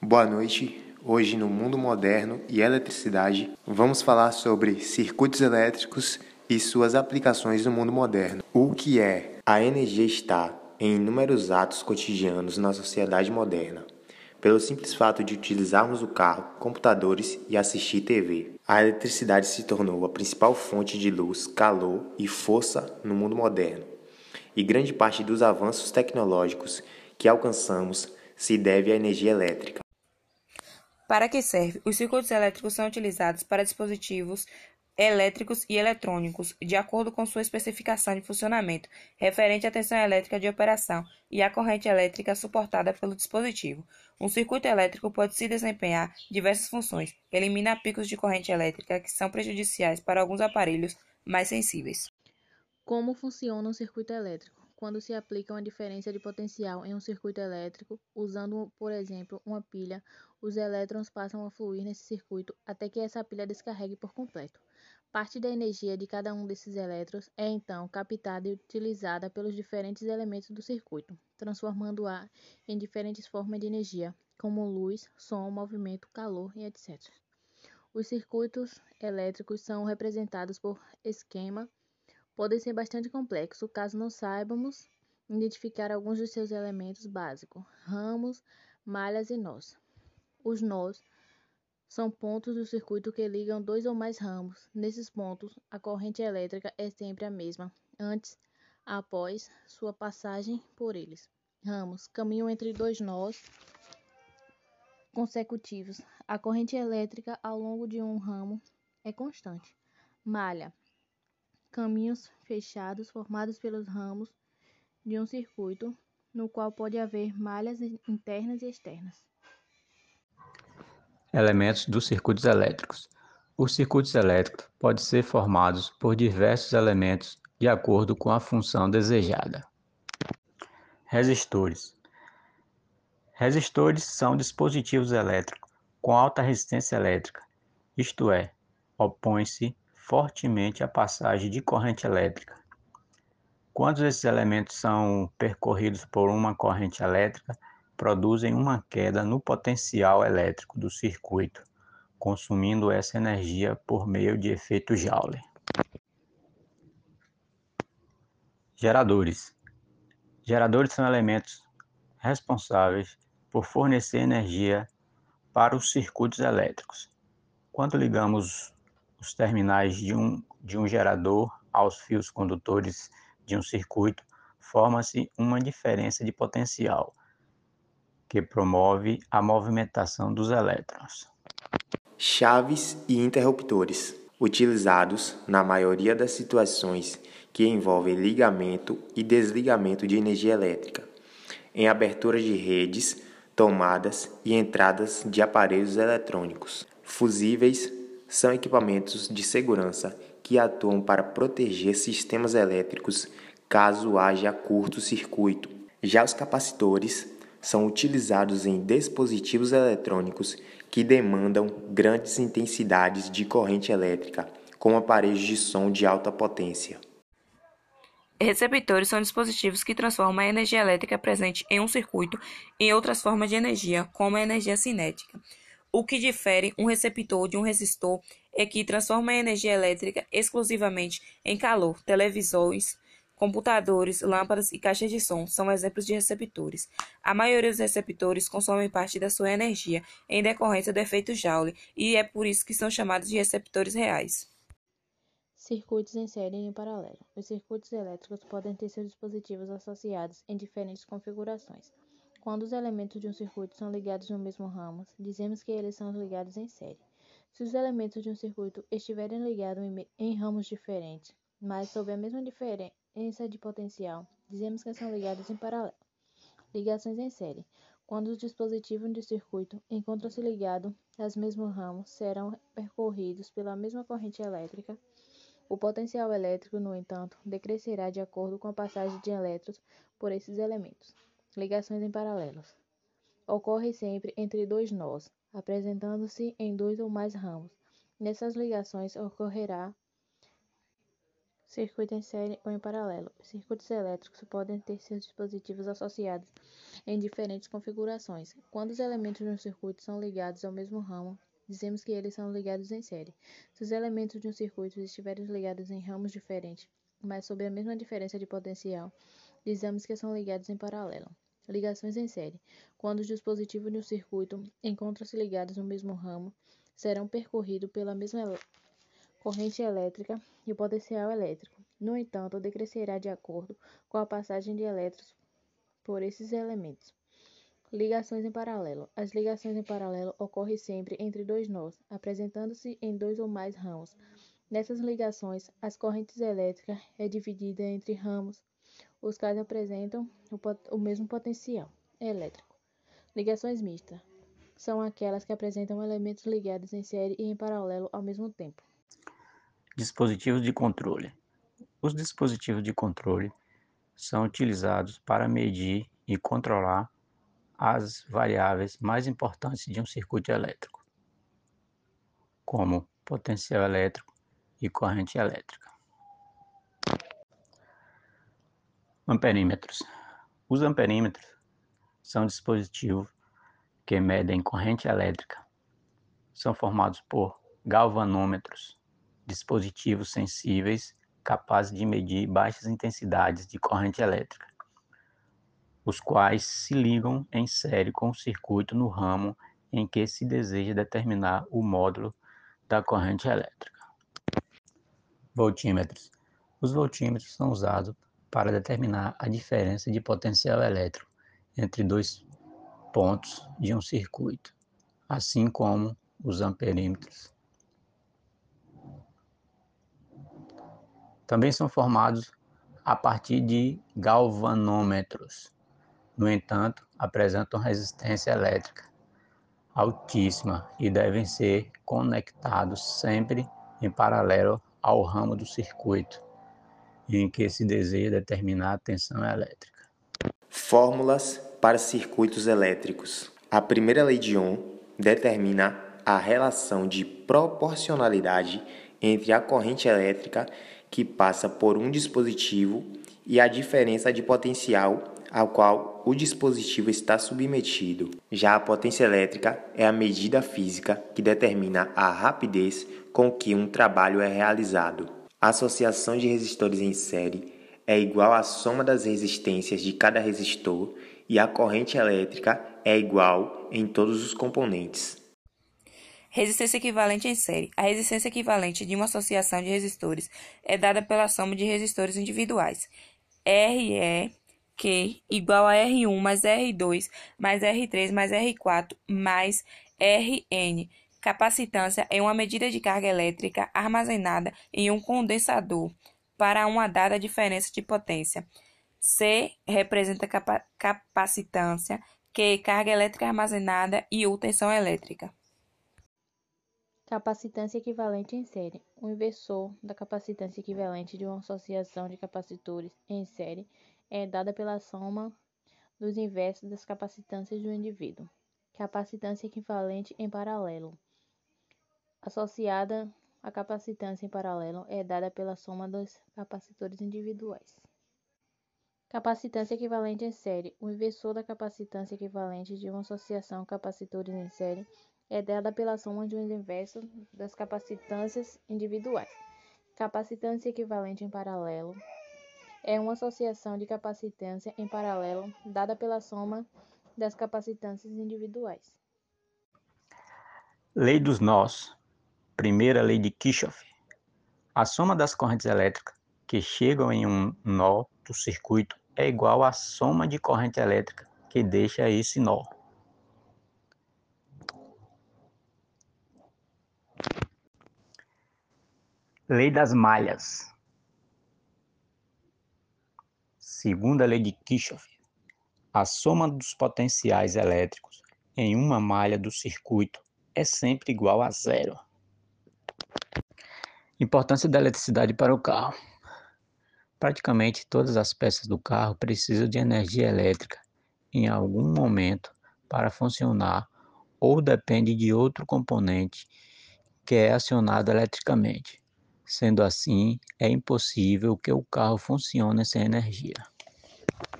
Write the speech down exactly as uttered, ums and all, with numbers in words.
Boa noite. Hoje no Mundo Moderno e Eletricidade, vamos falar sobre circuitos elétricos e suas aplicações no mundo moderno. O que é? A energia está em inúmeros atos cotidianos na sociedade moderna. Pelo simples fato de utilizarmos o carro, computadores e assistir T V. A eletricidade se tornou a principal fonte de luz, calor e força no mundo moderno. E grande parte dos avanços tecnológicos que alcançamos se deve à energia elétrica. Para que serve? Os circuitos elétricos são utilizados para dispositivos elétricos e eletrônicos, de acordo com sua especificação de funcionamento, referente à tensão elétrica de operação e à corrente elétrica suportada pelo dispositivo. Um circuito elétrico pode se desempenhar diversas funções. Elimina picos de corrente elétrica que são prejudiciais para alguns aparelhos mais sensíveis. Como funciona um circuito elétrico? Quando se aplica uma diferença de potencial em um circuito elétrico, usando, por exemplo, uma pilha, os elétrons passam a fluir nesse circuito até que essa pilha descarregue por completo. Parte da energia de cada um desses elétrons é então captada e utilizada pelos diferentes elementos do circuito, transformando-a em diferentes formas de energia, como luz, som, movimento, calor e etcétera. Os circuitos elétricos são representados por esquema. Podem ser bastante complexos, caso não saibamos identificar alguns dos seus elementos básicos, ramos, malhas e nós. Os nós são pontos do circuito que ligam dois ou mais ramos. Nesses pontos, a corrente elétrica é sempre a mesma, antes, após sua passagem por eles. Ramos caminham entre dois nós consecutivos. A corrente elétrica ao longo de um ramo é constante. Malha caminhos fechados formados pelos ramos de um circuito, no qual pode haver malhas internas e externas. Elementos dos circuitos elétricos. Os circuitos elétricos podem ser formados por diversos elementos de acordo com a função desejada. Resistores. Resistores são dispositivos elétricos com alta resistência elétrica, isto é, opõem-se fortemente à passagem de corrente elétrica. Quando esses elementos são percorridos por uma corrente elétrica, produzem uma queda no potencial elétrico do circuito, consumindo essa energia por meio de efeito Joule. Geradores. Geradores são elementos responsáveis por fornecer energia para os circuitos elétricos. Quando ligamos os terminais de um, de um gerador aos fios condutores de um circuito, forma-se uma diferença de potencial, que promove a movimentação dos elétrons. Chaves e interruptores, utilizados na maioria das situações que envolvem ligamento e desligamento de energia elétrica, em abertura de redes, tomadas e entradas de aparelhos eletrônicos. Fusíveis são equipamentos de segurança que atuam para proteger sistemas elétricos caso haja curto-circuito. Já os capacitores são utilizados em dispositivos eletrônicos que demandam grandes intensidades de corrente elétrica, como aparelhos de som de alta potência. Receptores são dispositivos que transformam a energia elétrica presente em um circuito em outras formas de energia, como a energia cinética. O que difere um receptor de um resistor é que transforma a energia elétrica exclusivamente em calor. Televisores, computadores, lâmpadas e caixas de som são exemplos de receptores. A maioria dos receptores consomem parte da sua energia em decorrência do efeito Joule, e é por isso que são chamados de receptores reais. Circuitos em série e em paralelo. Os circuitos elétricos podem ter seus dispositivos associados em diferentes configurações. Quando os elementos de um circuito são ligados no mesmo ramo, dizemos que eles são ligados em série. Se os elementos de um circuito estiverem ligados em, em ramos diferentes, mas sob a mesma diferença de potencial, dizemos que são ligados em paralelo. Ligações em série. Quando os dispositivos de circuito encontram-se ligados aos mesmos ramos, serão percorridos pela mesma corrente elétrica. O potencial elétrico, no entanto, decrescerá de acordo com a passagem de elétrons por esses elementos. Ligações em paralelos. Ocorre sempre entre dois nós, apresentando-se em dois ou mais ramos. Nessas ligações ocorrerá circuito em série ou em paralelo. Os circuitos elétricos podem ter seus dispositivos associados em diferentes configurações. Quando os elementos de um circuito são ligados ao mesmo ramo, dizemos que eles são ligados em série. Se os elementos de um circuito estiverem ligados em ramos diferentes, mas sob a mesma diferença de potencial, dizemos que são ligados em paralelo. Ligações em série. Quando os dispositivos de um circuito encontram-se ligados no mesmo ramo, serão percorridos pela mesma corrente elétrica e o potencial elétrico. No entanto, decrescerá de acordo com a passagem de elétrons por esses elementos. Ligações em paralelo. As ligações em paralelo ocorrem sempre entre dois nós, apresentando-se em dois ou mais ramos. Nessas ligações, as correntes elétricas é dividida entre ramos, os quais apresentam o, pot o mesmo potencial elétrico. Ligações mistas são aquelas que apresentam elementos ligados em série e em paralelo ao mesmo tempo. Dispositivos de controle. Os dispositivos de controle são utilizados para medir e controlar as variáveis mais importantes de um circuito elétrico, como potencial elétrico e corrente elétrica. Amperímetros. Os amperímetros são dispositivos que medem corrente elétrica. São formados por galvanômetros, dispositivos sensíveis capazes de medir baixas intensidades de corrente elétrica, os quais se ligam em série com o circuito no ramo em que se deseja determinar o módulo da corrente elétrica. Voltímetros. Os voltímetros são usados para determinar a diferença de potencial elétrico entre dois pontos de um circuito, assim como os amperímetros. Também são formados a partir de galvanômetros. No entanto, apresentam resistência elétrica altíssima e devem ser conectados sempre em paralelo ao ramo do circuito em que se deseja determinar a tensão elétrica. Fórmulas para circuitos elétricos. A primeira lei de Ohm determina a relação de proporcionalidade entre a corrente elétrica que passa por um dispositivo e a diferença de potencial ao qual o dispositivo está submetido. Já a potência elétrica é a medida física que determina a rapidez com que um trabalho é realizado. A associação de resistores em série é igual à soma das resistências de cada resistor e a corrente elétrica é igual em todos os componentes. Resistência equivalente em série. A resistência equivalente de uma associação de resistores é dada pela soma de resistores individuais. R E Q igual a R um mais R dois mais R três mais R quatro mais R N. Capacitância é uma medida de carga elétrica armazenada em um condensador para uma dada diferença de potência. C representa capa capacitância, Q carga elétrica armazenada e U tensão elétrica. Capacitância equivalente em série. O inversor da capacitância equivalente de uma associação de capacitores em série é dada pela soma dos inversos das capacitâncias do indivíduo. Capacitância equivalente em paralelo. Associada à capacitância em paralelo é dada pela soma dos capacitores individuais. Capacitância equivalente em série. O inversor da capacitância equivalente de uma associação de capacitores em série é dada pela soma dos inversos das capacitâncias individuais. Capacitância equivalente em paralelo é uma associação de capacitância em paralelo dada pela soma das capacitâncias individuais. Lei dos nós. Primeira lei de Kirchhoff. A soma das correntes elétricas que chegam em um nó do circuito é igual à soma de corrente elétrica que deixa esse nó. Lei das malhas. Segunda lei de Kirchhoff. A soma dos potenciais elétricos em uma malha do circuito é sempre igual a zero. Importância da eletricidade para o carro. Praticamente todas as peças do carro precisam de energia elétrica em algum momento para funcionar ou depende de outro componente que é acionado eletricamente. Sendo assim, é impossível que o carro funcione sem energia.